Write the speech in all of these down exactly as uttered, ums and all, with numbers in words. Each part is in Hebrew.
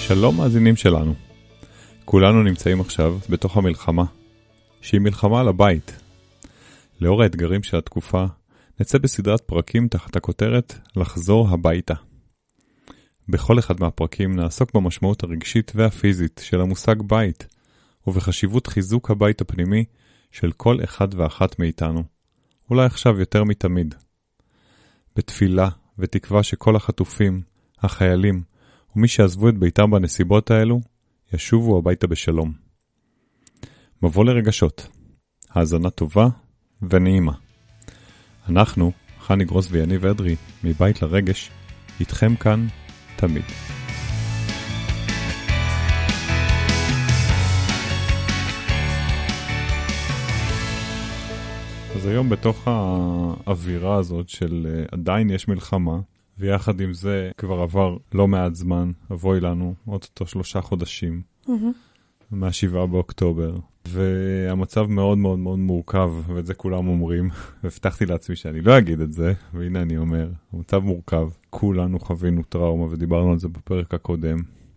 שלום מאזינים שלנו. כולנו נמצאים עכשיו בתוך המלחמה, שהיא מלחמה על הבית. לאור האתגרים של התקופה, נצא בסדרת פרקים תחת הכותרת לחזור הביתה. בכל אחד מהפרקים נעסוק במשמעות הרגשית והפיזית של המושג בית, ובחשיבות חיזוק הבית הפנימי של כל אחד ואחת מאיתנו, אולי עכשיו יותר מתמיד. בתפילה ותקווה שכל החטופים, החיילים ומי שעזבו את ביתם בנסיבות האלו, ישובו הביתה בשלום. מבוא לרגשות, האזנה טובה ונעימה. אנחנו, חני גרוס ויניב אדרי, מבית לרגש, איתכם כאן תמיד. אז היום בתוך האווירה הזאת של עדיין יש מלחמה, ויחד עם זה כבר עבר לא מעט זמן, אבוי לנו, עוד אותו שלושה חודשים, mm-hmm. מהשבעה באוקטובר, והמצב מאוד מאוד מאוד מורכב, ואת זה כולם אומרים, והבטחתי לעצמי שאני לא אגיד את זה, והנה אני אומר, המצב מורכב, כולנו חווינו טראומה, ודיברנו על זה בפרק הקודם,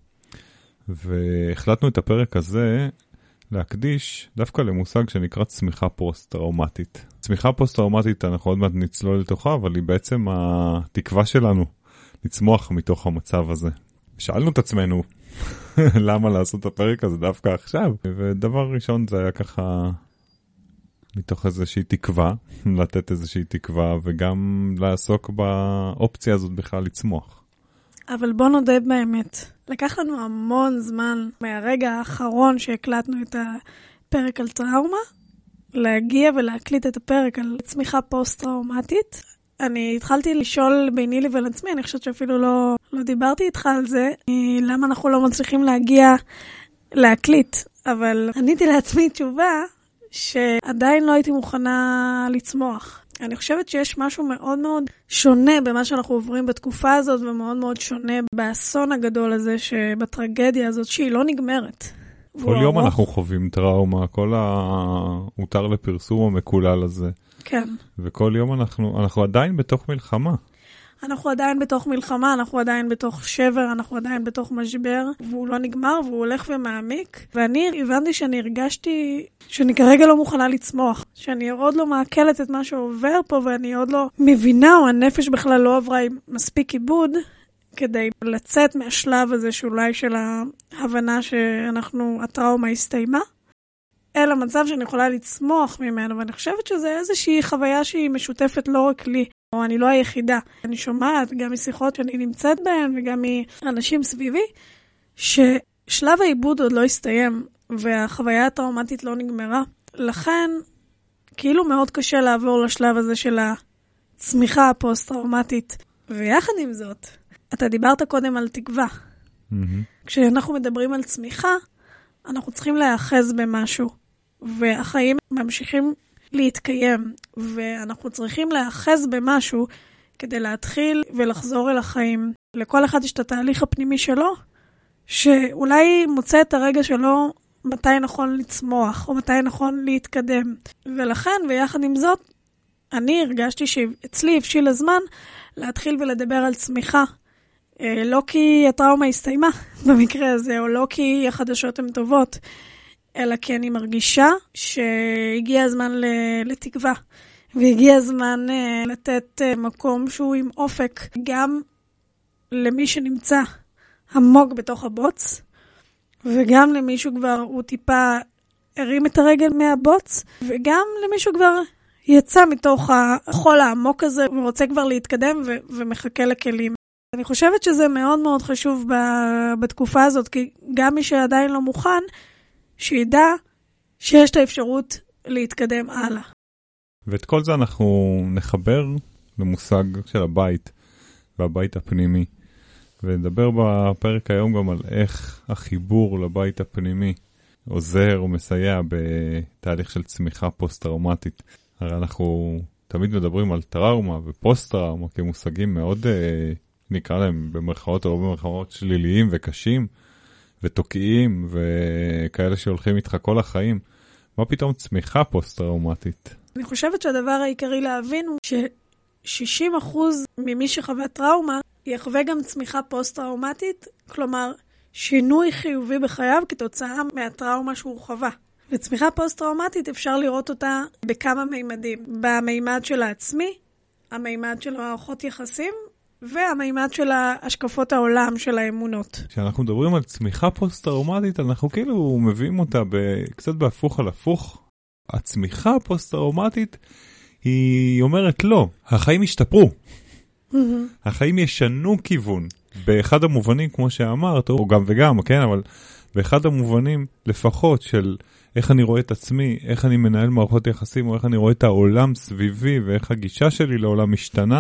והחלטנו את הפרק הזה להקדיש דווקא למושג שנקרא צמיחה פוסט-טראומטית. צמיחה פוסט-טראומטית, אנחנו עוד מעט נצלול לתוכה, אבל היא בעצם התקווה שלנו לצמוח מתוך המצב הזה. שאלנו את עצמנו למה לעשות את הפרק הזה דווקא עכשיו, ודבר ראשון זה היה ככה מתוך איזושהי תקווה, לתת איזושהי תקווה, וגם לעסוק באופציה הזאת בכלל לצמוח. אבל בוא נודה באמת, לקח לנו המון זמן מהרגע האחרון שהקלטנו את הפרק על טראומה, להגיע ולהקליט את הפרק על צמיחה פוסט-טראומטית. אני התחלתי לשאול ביני לבין עצמי, אני חושבת שאפילו לא, לא דיברתי איתך על זה, למה אנחנו לא מצליחים להגיע להקליט, אבל עניתי לעצמי תשובה שעדיין לא הייתי מוכנה לצמוח. אני חושבת שיש משהו מאוד מאוד שונה במה שאנחנו עוברים בתקופה הזאת, ומאוד מאוד שונה באסון הגדול הזה, שבטרגדיה הזאת שהיא לא נגמרת. כל יום ארוך. אנחנו חווים טראומה, כל ההותר לפרסום המקולל הזה. כן. וכל יום אנחנו, אנחנו עדיין בתוך מלחמה. אנחנו עדיין בתוך מלחמה, אנחנו עדיין בתוך שבר, אנחנו עדיין בתוך משבר, והוא לא נגמר, והוא הולך ומעמיק. ואני הבנתי שאני הרגשתי שאני כרגע לא מוכנה לצמוח, שאני עוד לא מעכלת את מה שעובר פה, ואני עוד לא מבינה, או הנפש בכלל לא עברה מספיק עיבוד, כדי לצאת מהשלב הזה שאולי של ההבנה שאנחנו, הטראומה הסתיימה, אלא מצב שאני יכולה לצמוח ממנו, ואני חושבת שזה איזושהי חוויה שהיא משותפת לא רק לי, או אני לא היחידה. אני שומעת גם משיחות שאני נמצאת בהן, וגם מאנשים סביבי, ששלב העיבוד עוד לא הסתיים, והחוויה הטראומטית לא נגמרה. לכן, כאילו מאוד קשה לעבור לשלב הזה של הצמיחה הפוסט-טראומטית. ויחד עם זאת, אתה דיברת קודם על תקווה. Mm-hmm. כשאנחנו מדברים על צמיחה, אנחנו צריכים להאחז במשהו, והחיים ממשיכים להתקיים, ואנחנו צריכים להאחז במשהו כדי להתחיל ולחזור אל החיים. לכל אחד יש את התהליך הפנימי שלו, שאולי מוצא את הרגע שלו מתי נכון לצמוח, או מתי נכון להתקדם. ולכן, ויחד עם זאת, אני הרגשתי שאצלי הבשיל הזמן להתחיל ולדבר על צמיחה. לא כי הטראומה הסתיימה במקרה הזה, או לא כי החדשות הן טובות, אלא כי אני מרגישה שהגיע הזמן לתקווה, והגיע הזמן לתת מקום שהוא עם אופק, גם למי שנמצא עמוק בתוך הבוץ, וגם למי שכבר הוא טיפה הרים את הרגל מהבוץ, וגם למי שכבר יצא מתוך החול העמוק הזה, ורוצה כבר להתקדם ו- ומחכה לכלים. אני חושבת שזה מאוד מאוד חשוב בתקופה הזאת, כי גם מי שעדיין לא מוכן, שידע שיש את האפשרות להתקדם הלאה. ואת כל זה אנחנו נחבר למושג של הבית, והבית הפנימי. ונדבר בפרק היום גם על איך החיבור לבית הפנימי עוזר ומסייע בתהליך של צמיחה פוסט-טראומטית. הרי אנחנו תמיד מדברים על טראומה ופוסט-טראומה כמושגים מאוד... נקרא להם במרכאות או במרכאות שליליים וקשים ותוקעים וכאלה שהולכים איתך כל החיים. מה פתאום צמיחה פוסט-טראומטית? אני חושבת שהדבר העיקרי להבין הוא ש-שישים אחוז ממי שחווה טראומה יחווה גם צמיחה פוסט-טראומטית, כלומר שינוי חיובי בחייו כתוצאה מהטראומה שהוא חווה. וצמיחה פוסט-טראומטית אפשר לראות אותה בכמה מימדים. במימד של העצמי, המימד של מערכות יחסים, והמימד של השקפות העולם של האמונות. כשאנחנו מדברים על צמיחה פוסט-טראומטית, אנחנו כאילו מביאים אותה קצת בהפוך על הפוך. הצמיחה הפוסט-טראומטית היא אומרת לא, החיים ישתפרו. החיים ישנו כיוון. באחד המובנים, כמו שאמרת, או גם וגם, כן, אבל באחד המובנים לפחות של איך אני רואה את עצמי, איך אני מנהל מערכות יחסים, או איך אני רואה את העולם סביבי, ואיך הגישה שלי לעולם משתנה,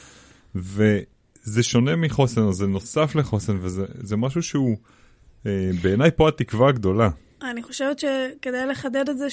וזה שונה מחוסן, אז זה נוסף לחוסן, וזה זה משהו שהוא, אה, בעיניי פה התקווה הגדולה. אני חושבת שכדי לחדד את זה,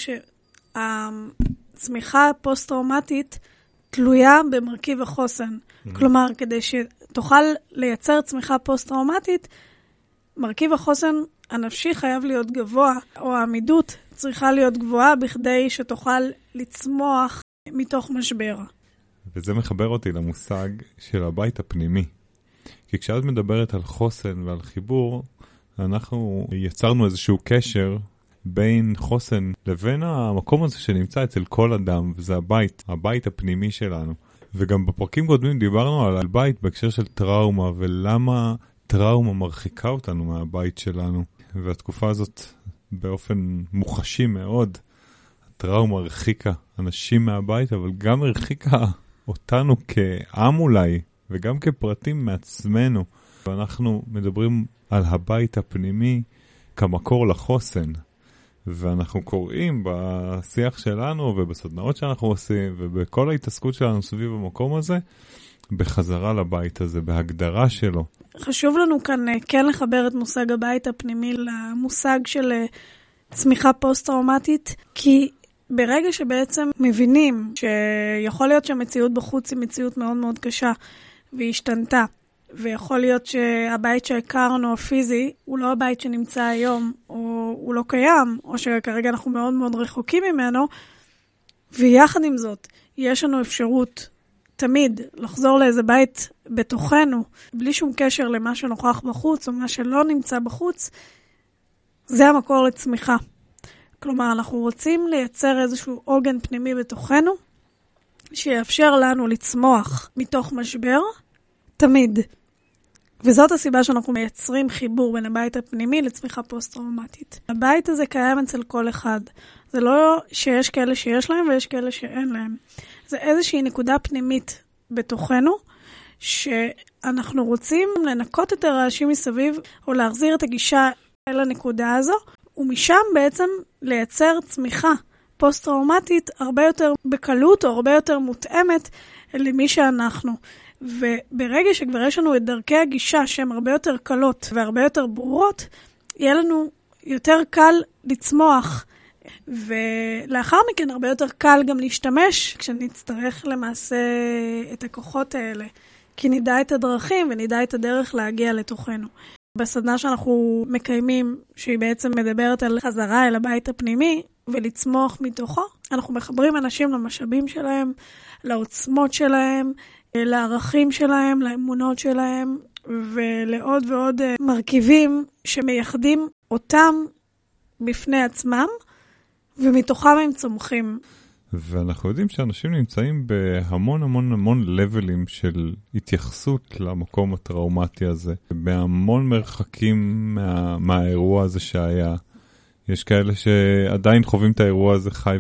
שהצמיחה הפוסט-טראומטית תלויה במרכיב החוסן. Mm-hmm. כלומר, כדי שתוכל לייצר צמיחה פוסט-טראומטית, מרכיב החוסן הנפשי חייב להיות גבוה, או העמידות צריכה להיות גבוהה, בכדי שתוכל לצמוח מתוך משבר. וזה מחבר אותי למושג של הבית הפנימי. כי כשאת מדברת על חוסן ועל חיבור, אנחנו יצרנו איזשהו קשר בין חוסן לבין המקום הזה שנמצא אצל כל אדם, וזה הבית, הבית הפנימי שלנו. וגם בפרקים קודמים דיברנו על, על בית בהקשר של טראומה, ולמה טראומה מרחיקה אותנו מהבית שלנו. והתקופה הזאת באופן מוחשי מאוד, הטראומה הרחיקה אנשים מהבית, אבל גם הרחיקה אותנו כעם אולי, וגם כפרטים מעצמנו. ואנחנו מדברים על הבית הפנימי כמקור לחוסן. ואנחנו קוראים בשיח שלנו ובסדנאות שאנחנו עושים ובכל ההתעסקות שלנו סביב המקום הזה, בחזרה לבית הזה, בהגדרה שלו. חשוב לנו כאן כן לחבר את מושג הבית הפנימי למושג של צמיחה פוסט-טראומטית, כי ברגע שבעצם מבינים שיכול להיות שהמציאות בחוץ היא מציאות מאוד מאוד קשה והיא השתנתה, ויכול להיות שהבית שהכרנו הפיזי הוא לא הבית שנמצא היום, או הוא לא קיים, או שכרגע אנחנו מאוד מאוד רחוקים ממנו, ויחד עם זאת, יש לנו אפשרות תמיד לחזור לאיזה בית בתוכנו, בלי שום קשר למה שנוכח בחוץ, או מה שלא נמצא בחוץ, זה המקור לצמיחה. כלומר, אנחנו רוצים לייצר איזשהו עוגן פנימי בתוכנו, שיאפשר לנו לצמוח מתוך משבר, תמיד. וזאת הסיבה שאנחנו מייצרים חיבור בין הבית הפנימי לצמיחה פוסט-טראומטית. הבית הזה קיים אצל כל אחד. זה לא שיש כאלה שיש להם ויש כאלה שאין להם. זה איזושהי נקודה פנימית בתוכנו, שאנחנו רוצים לנקות את הרעשים מסביב, או להחזיר את הגישה אל הנקודה הזו, ומשם בעצם לייצר צמיחה פוסט-טראומטית הרבה יותר בקלות, או הרבה יותר מותאמת למי שאנחנו. וברגע שכבר יש לנו את דרכי הגישה שהן הרבה יותר קלות והרבה יותר ברורות, יהיה לנו יותר קל לצמוח, ולאחר מכן הרבה יותר קל גם להשתמש כשנצטרך למעשה את הכוחות האלה, כי נדע את הדרכים ונדע את הדרך להגיע לתוכנו. בסדנה שאנחנו מקיימים, שהיא בעצם מדברת על חזרה אל הבית הפנימי ולצמוח מתוכו, אנחנו מחברים אנשים למשאבים שלהם, לעוצמות שלהם, לערכים שלהם, לאמונות שלהם, ולעוד ועוד מרכיבים שמייחדים אותם בפני עצמם, ומתוכם הם צומחים. ואנחנו יודעים שאנשים נמצאים בהמון המון המון לבלים של התייחסות למקום הטראומטי הזה, בהמון מרחקים מה, מהאירוע הזה שהיה. יש כאלה שעדיין חווים את האירוע הזה חי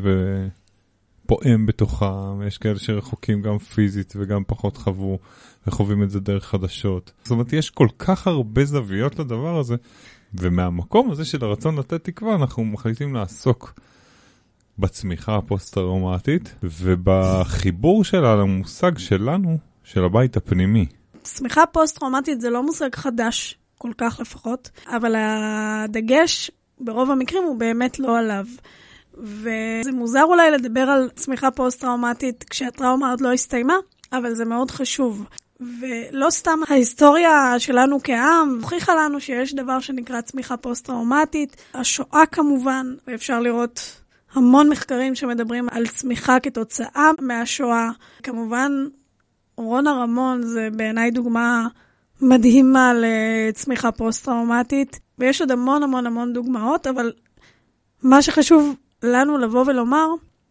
ופועם בתוכם, יש כאלה שרחוקים גם פיזית וגם פחות חוו וחווים את זה דרך חדשות. זאת אומרת, יש כל כך הרבה זוויות לדבר הזה, ומהמקום הזה של הרצון לתת תקווה, אנחנו מחליטים לעסוק בצמיחה הפוסט-טראומטית, ובחיבור שלה למושג שלנו, של הבית הפנימי. צמיחה פוסט-טראומטית זה לא מושג חדש, כל כך לפחות, אבל הדגש ברוב המקרים הוא באמת לא עליו. וזה מוזר אולי לדבר על צמיחה פוסט-טראומטית כשהטראומה עוד לא הסתיימה, אבל זה מאוד חשוב. ולא סתם ההיסטוריה שלנו כעם הוכיחה לנו שיש דבר שנקרא צמיחה פוסט-טראומטית. השואה כמובן, ואפשר לראות המון מחקרים שמדברים על צמיחה כתוצאה מהשואה. כמובן, רונה רמון זה בעיניי דוגמה מדהימה לצמיחה פוסט-טראומטית, ויש עוד המון המון המון דוגמאות, אבל מה שחשוב לנו לבוא ולומר,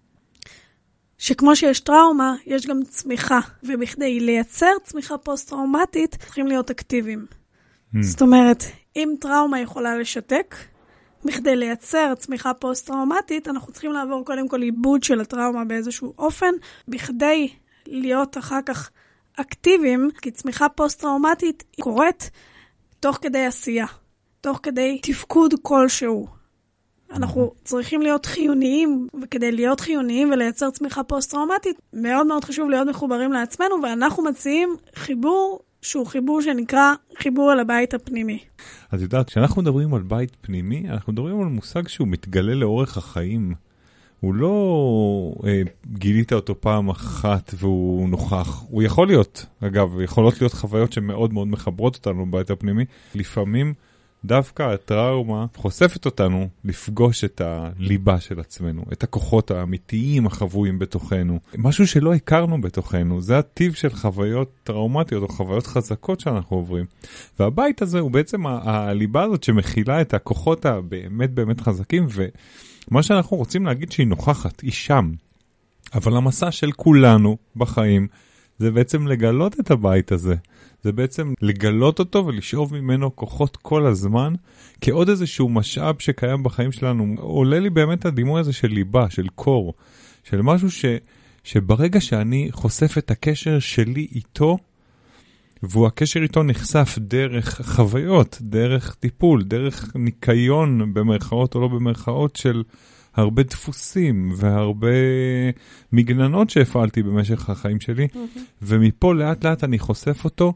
שכמו שיש טראומה, יש גם צמיחה, ובכדי לייצר צמיחה פוסט-טראומטית, צריכים להיות אקטיביים. Mm. זאת אומרת, אם טראומה יכולה לשתק, בכדי לייצר צמיחה פוסט-טראומטית, אנחנו צריכים לעבור קודם כל עיבוד של הטראומה באיזשהו אופן, בכדי להיות אחר כך אקטיביים, כי צמיחה פוסט-טראומטית היא קורית תוך כדי עשייה, תוך כדי תפקוד כלשהו. אנחנו צריכים להיות חיוניים, וכדי להיות חיוניים ולייצר צמיחה פוסט-טראומטית, מאוד מאוד חשוב להיות מחוברים לעצמנו, ואנחנו מציעים חיבור שהוא חיבור שנקרא חיבור על הבית הפנימי. אז יודעת, כשאנחנו מדברים על בית פנימי, אנחנו מדברים על מושג שהוא מתגלה לאורך החיים. הוא לא אה, גילית אותו פעם אחת והוא נוכח. הוא יכול להיות, אגב, יכולות להיות חוויות שמאוד מאוד מחברות אותנו בבית הפנימי. לפעמים דווקא הטראומה חושפת אותנו לפגוש את הליבה של עצמנו, את הכוחות האמיתיים החבויים בתוכנו, משהו שלא הכרנו בתוכנו. זה הטיב של חוויות טראומטיות או חוויות חזקות שאנחנו עוברים. והבית הזה הוא בעצם הליבה הזאת שמכילה את הכוחות הבאמת באמת חזקים, ומה שאנחנו רוצים להגיד שהיא נוכחת, היא שם. אבל המסע של כולנו בחיים זה בעצם לגלות את הבית הזה. זה בעצם לגלות אותו ולשאוב ממנו כוחות כל הזמן, כעוד איזשהו משאב שקיים בחיים שלנו. עולה לי באמת הדימוי הזה של ליבה, של קור, של משהו ש, שברגע שאני חושף את הקשר שלי איתו, והוא הקשר איתו נחשף דרך חוויות, דרך טיפול, דרך ניקיון במרכאות או לא במרכאות של הרבה דפוסים והרבה מגננות שהפעלתי במשך החיים שלי, mm-hmm. ומפה לאט לאט אני חושף אותו,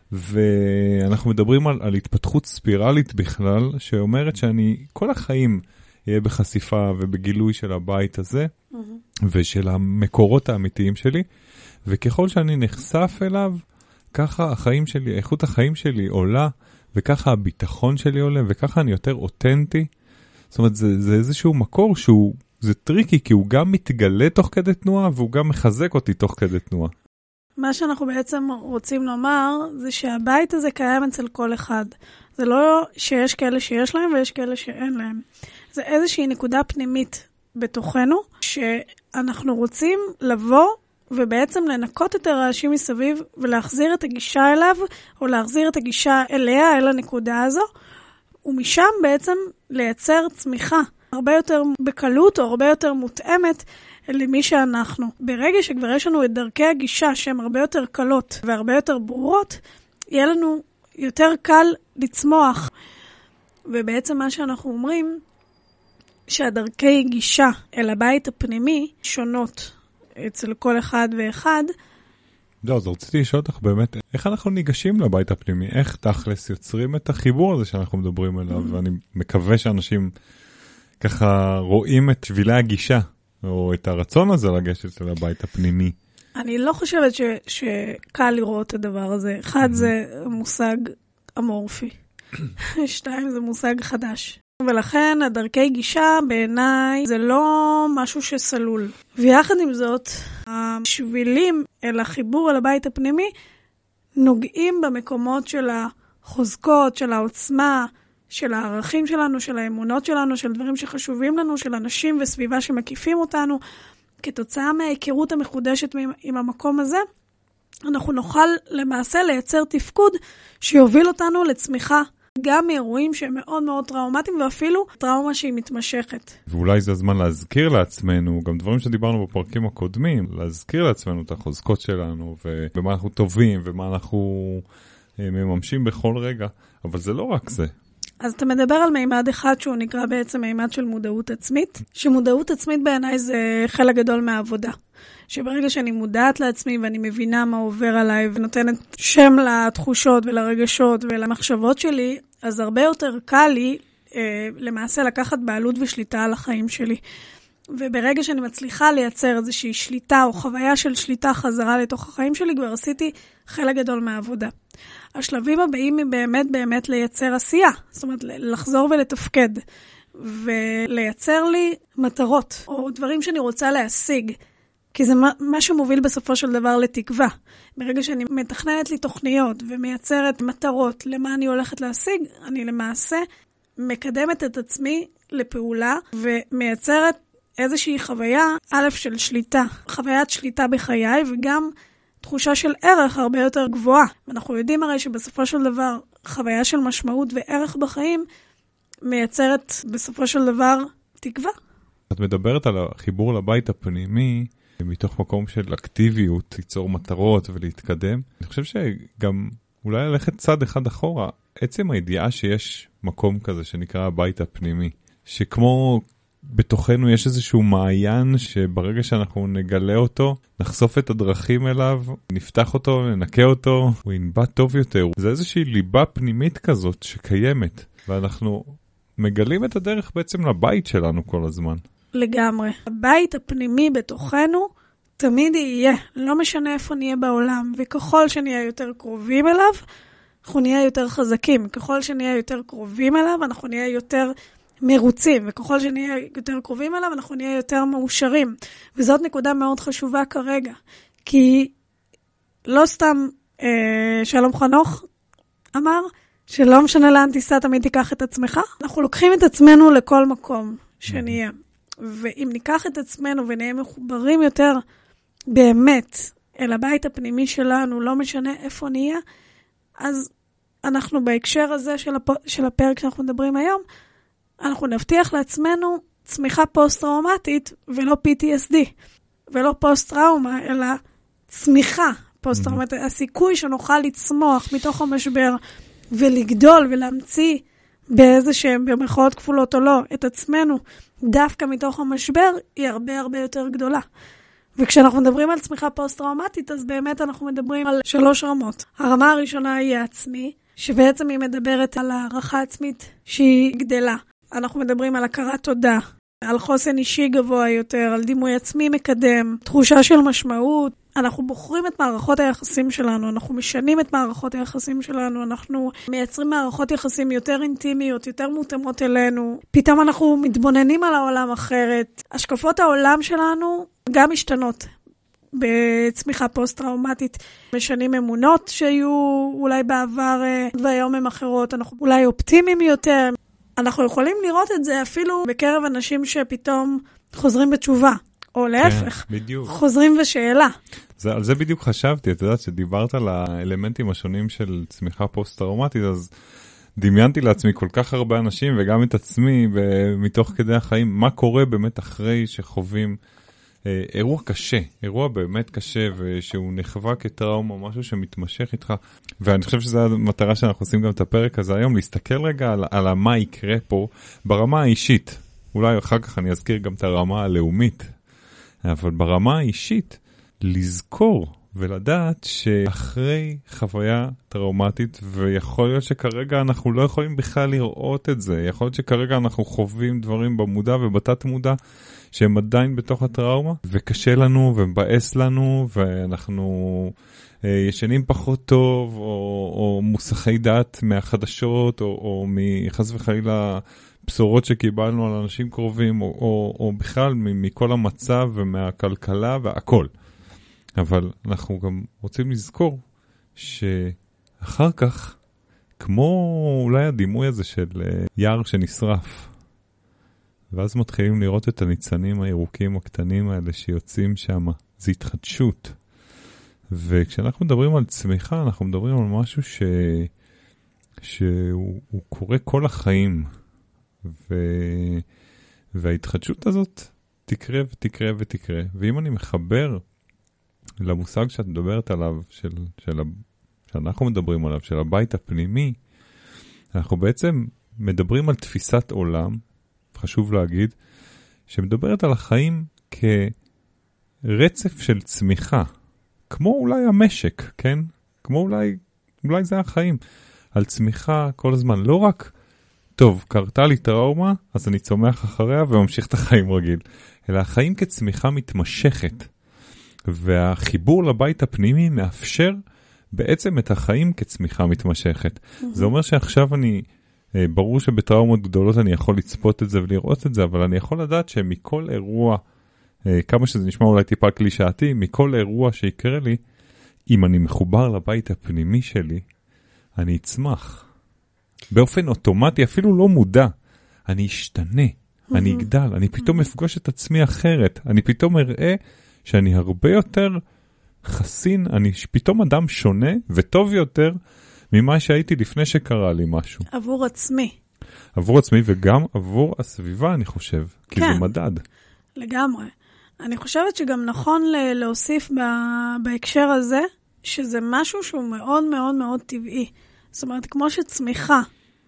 ואנחנו מדברים על, על התפתחות ספירלית בכלל, שאומרת שאני כל החיים אהיה בחשיפה ובגילוי של הבית הזה, mm-hmm. ושל המקורות האמיתיים שלי, וככל שאני נחשף אליו, ככה החיים שלי, איכות החיים שלי עולה, וככה הביטחון שלי עולה, וככה אני יותר אותנטי. זאת אומרת, זה, זה איזשהו מקור שהוא, זה טריקי, כי הוא גם מתגלה תוך כדי תנועה, והוא גם מחזק אותי תוך כדי תנועה. מה שאנחנו בעצם רוצים לומר, זה שהבית הזה קיים אצל כל אחד. זה לא שיש כאלה שיש להם, ויש כאלה שאין להם. זה איזושהי נקודה פנימית בתוכנו, שאנחנו רוצים לבוא, ובעצם לנקות את הרעשים מסביב, ולהחזיר את הגישה אליו, או להחזיר את הגישה אליה, אל הנקודה הזו, ומשם בעצם לייצר צמיחה הרבה יותר בקלות, או הרבה יותר מותאמת למי שאנחנו. ברגע שכבר יש לנו את דרכי הגישה, שהן הרבה יותר קלות, והרבה יותר ברורות, יהיה לנו יותר קל לצמוח. ובעצם מה שאנחנו אומרים, שהדרכי גישה אל הבית הפנימי שונות אצל כל אחד ואחד. לא, אז רציתי לשאול אותך באמת, איך אנחנו ניגשים לבית הפנימי? איך תכלס יוצרים את החיבור הזה שאנחנו מדברים עליו? ואני מקווה שאנשים ככה רואים את שבילי הגישה, או את הרצון הזה לגשת לבית הפנימי. אני לא חושבת ש, שקל לראות את הדבר הזה. אחד, זה מושג אמורפי. שתיים, זה מושג חדש. ולכן הדרכי גישה בעיניי זה לא משהו שסלול. ויחד עם זאת, השבילים אל החיבור אל הבית הפנימי נוגעים במקומות של החוזקות, של העוצמה, של הערכים שלנו, של האמונות שלנו, של דברים שחשובים לנו, של אנשים וסביבה שמקיפים אותנו. כתוצאה מההיכרות המחודשת עם המקום הזה, אנחנו נוכל למעשה לייצר תפקוד שיוביל אותנו לצמיחה, גם מאירועים שהם מאוד מאוד טראומטיים, ואפילו טראומה שהיא מתמשכת. ואולי זה הזמן להזכיר לעצמנו, גם דברים שדיברנו בפרקים הקודמים, להזכיר לעצמנו את החוזקות שלנו, ובמה אנחנו טובים, ומה אנחנו מממשים בכל רגע. אבל זה לא רק זה. אז אתה מדבר על מימד אחד שהוא נקרא בעצם מימד של מודעות עצמית, שמודעות עצמית בעיניי זה חלק גדול מהעבודה. שברגע שאני מודעת לעצמי ואני מבינה מה עובר עליי ונותנת שם לתחושות ולרגשות ולמחשבות שלי, אז הרבה יותר קל לי אה, למעשה לקחת בעלות ושליטה על החיים שלי. וברגע שאני מצליחה לייצר איזושהי שליטה או חוויה של שליטה חזרה לתוך החיים שלי, כבר עשיתי חלק גדול מהעבודה. השלבים הבאים הם באמת באמת לייצר עשייה, זאת אומרת לחזור ולתפקד, ולייצר לי מטרות או דברים שאני רוצה להשיג. כי זה מה, מה שמוביל בסופו של דבר לתקווה. ברגע שאני מתכננת לי תוכניות ומייצרת מטרות למה אני הולכת להשיג, אני למעשה מקדמת את עצמי לפעולה ומייצרת איזושהי חוויה, א' של שליטה, חוויית שליטה בחיי וגם תחושה של ערך הרבה יותר גבוהה. אנחנו יודעים הרי שבסופו של דבר חוויה של משמעות וערך בחיים מייצרת בסופו של דבר תקווה. את מדברת על החיבור לבית הפנימי מתוך מקום של אקטיביות, ליצור מטרות ולהתקדם. אני חושב שגם אולי ללכת צד אחד אחורה, עצם הידיעה שיש מקום כזה שנקרא הבית הפנימי, שכמו בתוכנו יש איזשהו מעיין שברגע שאנחנו נגלה אותו, נחשוף את הדרכים אליו, נפתח אותו, ננקה אותו, הוא ינבע טוב יותר. זה איזושהי ליבה פנימית כזאת שקיימת, ואנחנו מגלים את הדרך בעצם לבית שלנו כל הזמן. לגמרי. הבית הפנימי בתוכנו תמיד יהיה, לא משנה איפה נהיה בעולם, וככל שנהיה יותר קרובים אליו, אנחנו נהיה יותר חזקים. ככל שנהיה יותר קרובים אליו, אנחנו נהיה יותר מרוצים, וככל שנהיה יותר קרובים אליו, אנחנו נהיה יותר מאושרים. וזאת נקודה מאוד חשובה כרגע, כי לא סתם אה, שלום חנוך אמר, שלא משנה לאן תיסע, תמיד תיקח את עצמך. אנחנו לוקחים את עצמנו לכל מקום שנהיה. ואם ניקח את עצמנו ונהיה מחוברים יותר באמת אל הבית הפנימי שלנו, לא משנה איפה נהיה, אז אנחנו בהקשר הזה של, הפ... של הפרק שאנחנו מדברים היום, אנחנו נבטיח לעצמנו צמיחה פוסט-טראומטית ולא פי טי אס די, ולא פוסט-טראומה, אלא צמיחה פוסט-טראומטית. הסיכוי שנוכל לצמוח מתוך המשבר ולגדול ולהמציא באיזה שהם במרכאות כפולות או לא את עצמנו דווקא מתוך המשבר היא הרבה הרבה יותר גדולה. וכשאנחנו מדברים על צמיחה פוסט-טראומטית, אז באמת אנחנו מדברים על שלוש רמות. הרמה הראשונה היא העצמי, שבעצם היא מדברת על הערכה עצמית שהיא גדלה. אנחנו מדברים על הכרת תודה, על חוסן אישי גבוה יותר, על דימוי עצמי מקדם, תחושה של משמעות. אנחנו בוחרים את מערכות היחסים שלנו, אנחנו משנים את מערכות היחסים שלנו, אנחנו מייצרים מערכות יחסים יותר אינטימיות, יותר מותאמות אלינו. פתאום אנחנו מתבוננים על העולם אחרת. השקפות העולם שלנו גם משתנות. בצמיחה פוסט-טראומטית משנים אמונות שהיו אולי בעבר והיום הם אחרות. אנחנו אולי אופטימיים יותר. אנחנו יכולים לראות את זה אפילו בקרב אנשים שפתאום חוזרים בתשובה. או להפך, כן, בדיוק. חוזרים בשאלה. זה, על זה בדיוק חשבתי, את יודעת שדיברת על האלמנטים השונים של צמיחה פוסט-טראומטית, אז דמיינתי לעצמי כל כך הרבה אנשים וגם את עצמי מתוך כדי החיים, מה קורה באמת אחרי שחווים אה, אירוע קשה, אירוע באמת קשה ושהוא נחווה כטראומה, משהו שמתמשך איתך, ואני חושב שזו המטרה שאנחנו עושים גם את הפרק הזה היום, להסתכל רגע על, על מה יקרה פה ברמה האישית, אולי אחר כך אני אזכיר גם את הרמה הלאומית, אבל ברמה האישית, לזכור ולדעת שאחרי חוויה טראומטית, ויכול להיות שכרגע אנחנו לא יכולים בכלל לראות את זה, יכול להיות שכרגע אנחנו חווים דברים במודע ובתת מודע, שהם עדיין בתוך הטראומה, וקשה לנו ומבאס לנו, ואנחנו אה, ישנים פחות טוב, או, או מוסחי דעת מהחדשות, או, או מחס וחלילה בשורות שקיבלנו על אנשים קרובים, או, או, או בכלל מכל המצב ומהכלכלה והכל. אבל אנחנו גם רוצים לזכור שאחר כך, כמו אולי הדימוי הזה של יער שנשרף, ואז מתחילים לראות את הניצנים הירוקים הקטנים האלה שיוצאים שם. זה התחדשות. וכשאנחנו מדברים על צמיחה, אנחנו מדברים על משהו ש... שהוא הוא קורה כל החיים. ו... וההתחדשות הזאת תקרה ותקרה ותקרה. ואם אני מחבר למושג שאת מדברת עליו, של, של, שאנחנו מדברים עליו, של הבית הפנימי, אנחנו בעצם מדברים על תפיסת עולם, חשוב להגיד, שמדברת על החיים כרצף של צמיחה, כמו אולי המשק, כן? כמו אולי, אולי זה החיים, על צמיחה כל הזמן, לא רק, טוב, קרתה לי טראומה, אז אני צומח אחריה וממשיך את החיים רגיל, אלא החיים כצמיחה מתמשכת, והחיבור לבית הפנימי מאפשר בעצם את החיים כצמיחה מתמשכת. Mm-hmm. זה אומר שעכשיו אני, ברור שבטראומות גדולות אני יכול לצפות את זה ולראות את זה, אבל אני יכול לדעת שמכל אירוע כמה שזה נשמע אולי טיפה קלישאתי, מכל אירוע שיקרה לי, אם אני מחובר לבית הפנימי שלי, אני אצמח. באופן אוטומטי, אפילו לא מודע. אני אשתנה, אני אגדל, אני פתאום אפגוש את עצמי אחרת. אני פתאום אראה שאני הרבה יותר חסין, אני פתאום אדם שונה וטוב יותר ממה שהייתי לפני שקרה לי משהו. עבור עצמי. עבור עצמי וגם עבור הסביבה, אני חושב. כי כן, זה מדד. לגמרי. אני חושבת שגם נכון להוסיף בהקשר הזה, שזה משהו שהוא מאוד מאוד מאוד טבעי. זאת אומרת, כמו שצמיחה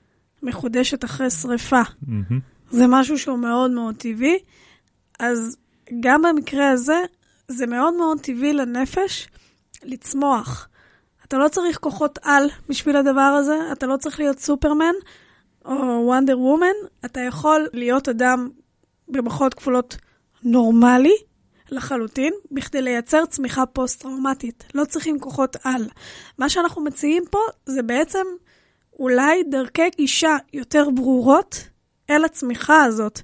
מחודשת אחרי שריפה, mm-hmm. זה משהו שהוא מאוד מאוד טבעי, אז גם במקרה הזה, זה מאוד מאוד טבעי לנפש לצמוח. אתה לא צריך כוחות על בשביל הדבר הזה, אתה לא צריך להיות סופרמן או וונדר וומן, אתה יכול להיות אדם במחאות כפולות נורמלי לחלוטין, בכדי לייצר צמיחה פוסט-טראומטית. לא צריכים כוחות על. מה שאנחנו מציעים פה זה בעצם אולי דרכי גישה יותר ברורות אל הצמיחה הזאת,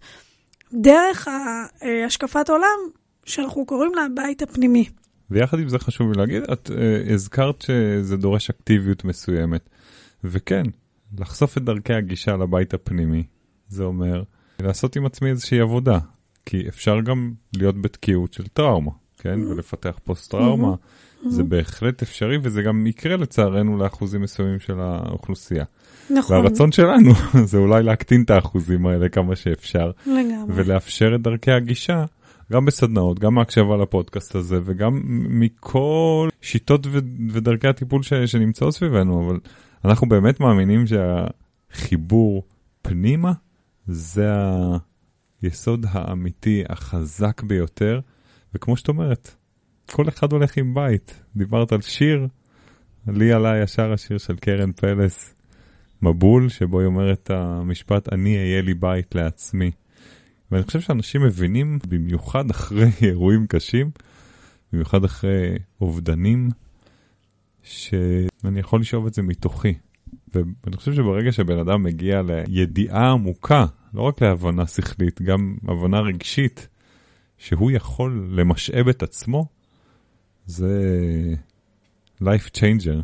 דרך השקפת עולם שאנחנו קוראים לה הבית הפנימי. ויחד עם זה חשוב לי להגיד, את uh, הזכרת שזה דורש אקטיביות מסוימת. וכן, לחשוף את דרכי הגישה לבית הפנימי, זה אומר לעשות עם עצמי איזושהי עבודה. כי אפשר גם להיות בתקיעות של טראומה, כן? Mm-hmm. ולפתח פוסט-טראומה. Mm-hmm. זה בהחלט אפשרי, וזה גם יקרה לצערנו לאחוזים מסוימים של האוכלוסייה. נכון. והרצון שלנו זה אולי להקטין את האחוזים האלה כמה שאפשר. לגמרי. ולאפשר את דרכי הגישה, גם בסדנאות, גם מהקשבה לפודקאסט הזה, וגם מכל שיטות ו- ודרכי הטיפול ש- שנמצאות סביבנו. אבל אנחנו באמת מאמינים שהחיבור פנימה זה היסוד האמיתי, החזק ביותר. וכמו שאת אומרת, כל אחד הולך עם בית. דיברת על שיר, לי עלה ישר השיר של קרן פלס, מבול, שבו היא אומרת את המשפט, אני אהיה לי בית לעצמי. ואני חושב שאנשים מבינים, במיוחד אחרי אירועים קשים, במיוחד אחרי אובדנים, שאני יכול לשאוב את זה מתוכי. ואני חושב שברגע שבן אדם מגיע לידיעה עמוקה, לא רק להבנה שכלית, גם הבנה רגשית, שהוא יכול למשאב את עצמו, זה life changer.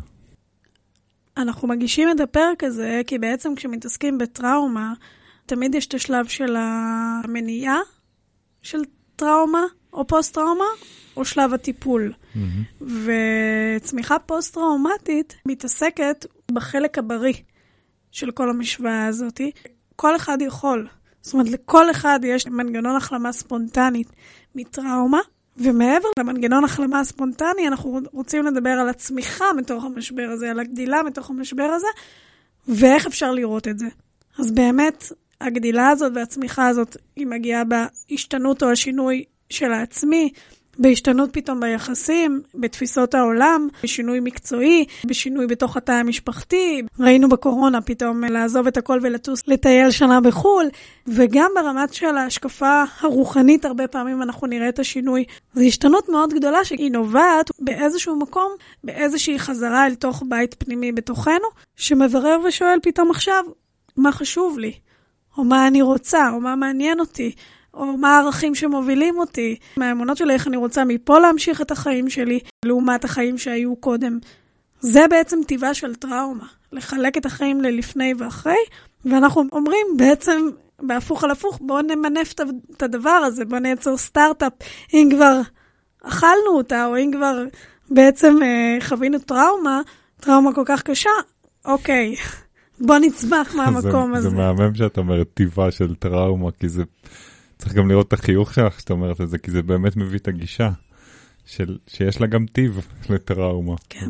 אנחנו מגישים את הפרק הזה, כי בעצם כשמתעסקים בטראומה, תמיד יש את השלב של המניעה של טראומה או פוסט-טראומה, או שלב הטיפול. Mm-hmm. וצמיחה פוסט-טראומטית מתעסקת בחלק הבריא של כל המשוואה הזאת. כל אחד יכול. זאת אומרת, לכל אחד יש מנגנון החלמה ספונטנית מטראומה, ומעבר למנגנון החלמה ספונטני, אנחנו רוצים לדבר על הצמיחה מתוך המשבר הזה, על הגדילה מתוך המשבר הזה, ואיך אפשר לראות את זה. אז באמת, הגדילה הזאת והצמיחה הזאת, היא מגיעה בהשתנות או השינוי של העצמי, בהשתנות פתאום ביחסים, בתפיסות העולם, בשינוי מקצועי, בשינוי בתוך התא המשפחתי. ראינו בקורונה פתאום לעזוב את הכל ולטוס לטייל שנה בחול, וגם ברמת של ההשקפה הרוחנית הרבה פעמים אנחנו נראה את השינוי. זו השתנות מאוד גדולה שהיא נובעת באיזשהו מקום, באיזושהי חזרה אל תוך בית פנימי בתוכנו, שמברר ושואל פתאום עכשיו, מה חשוב לי? או מה אני רוצה? או מה מעניין אותי? או מה הערכים שמובילים אותי, מהאמונות שלי, איך אני רוצה מפה להמשיך את החיים שלי, לעומת החיים שהיו קודם. זה בעצם טבעה של טראומה, לחלק את החיים ללפני ואחרי, ואנחנו אומרים בעצם, בהפוך על הפוך, בואו נמנף את הדבר הזה, בואו נייצר סטארט-אפ, אם כבר אכלנו אותה, או אם כבר בעצם אה, חווינו טראומה, טראומה כל כך קשה, אוקיי, בואו נצמח מהמקום זה, הזה. זה מהמם שאת אומרת טבעה של טראומה, כי זה... צריך גם לראות את החיוך שלך שאתה אומרת את זה, כי זה באמת מביא את הגישה של, שיש לה גם טיב לטראומה. כן.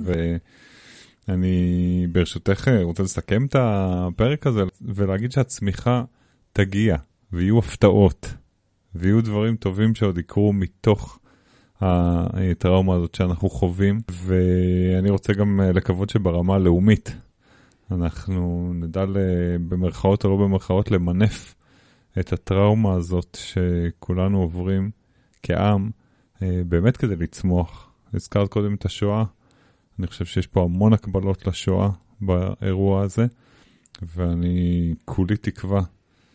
ואני ברשותך רוצה לסכם את הפרק הזה, ולהגיד שהצמיחה תגיע, ויהיו הפתעות, ויהיו דברים טובים שעוד יקרו מתוך הטראומה הזאת שאנחנו חווים, ואני רוצה גם לקוות שברמה הלאומית, אנחנו נדע במרכאות או לא במרכאות למנף, את הטראומה הזאת שכולנו עוברים כעם, באמת כדי לצמוח. הזכרת קודם את השואה, אני חושב שיש פה המון הקבלות לשואה באירוע הזה, ואני כולי תקווה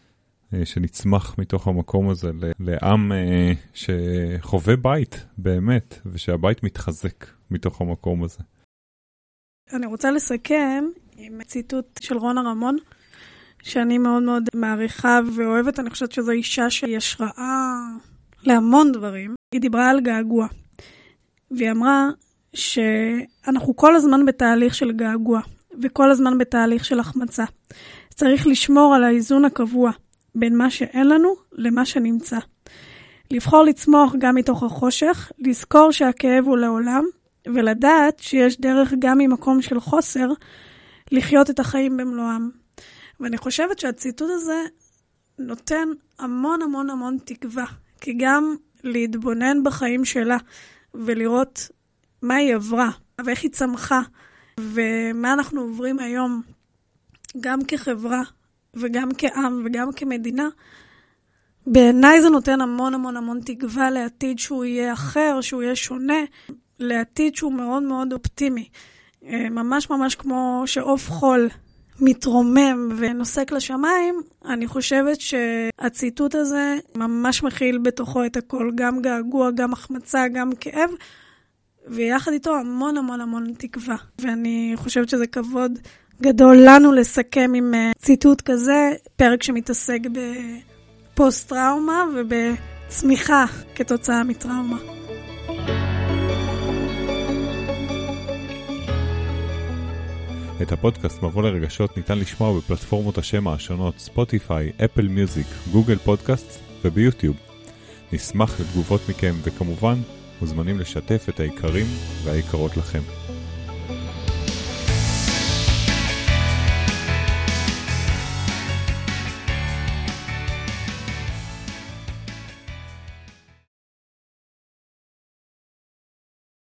שנצמח מתוך המקום הזה לעם שחווה בית באמת, ושהבית מתחזק מתוך המקום הזה. אני רוצה לסכם עם ציטוט של רונה רמון, שאני מאוד מאוד מעריכה ואוהבת. אני חושבת שזו אישה שהיא השראה להמון דברים. היא דיברה על געגוע, והיא אמרה שאנחנו כל הזמן בתהליך של געגוע, וכל הזמן בתהליך של החמצה. צריך לשמור על האיזון הקבוע בין מה שאין לנו למה שנמצא. לבחור לצמוח גם מתוך החושך, לזכור שהכאב הוא לעולם, ולדעת שיש דרך גם ממקום של חוסר לחיות את החיים במלואם. ואני חושבת שהציטוט הזה נותן המון המון המון תקווה, כי גם להתבונן בחיים שלה ולראות מה היא עברה ואיך היא צמחה ומה אנחנו עוברים היום, גם כחברה וגם כעם וגם כמדינה, בעיניי זה נותן המון המון המון תקווה לעתיד שהוא יהיה אחר, שהוא יהיה שונה, לעתיד שהוא מאוד מאוד אופטימי. ממש ממש כמו שעוף חול מתרומם ונוסק לשמיים, אני חושבת שהציטוט הזה ממש מכיל בתוכו את הכל, גם געגוע, גם החמצה, גם כאב, ויחד איתו המון המון המון תקווה. ואני חושבת שזה כבוד גדול לנו לסכם עם ציטוט כזה, פרק שמתעסק בפוסט-טראומה ובצמיחה כתוצאה מטראומה. את הפודקאסט מבוא לרגשות ניתן לשמוע בפלטפורמות השם השונות ספוטיפיי, אפל מיוזיק, גוגל פודקאסט וביוטיוב. נשמח לתגובות מכם וכמובן מוזמנים לשתף את העיקרים והעיקרות לכם.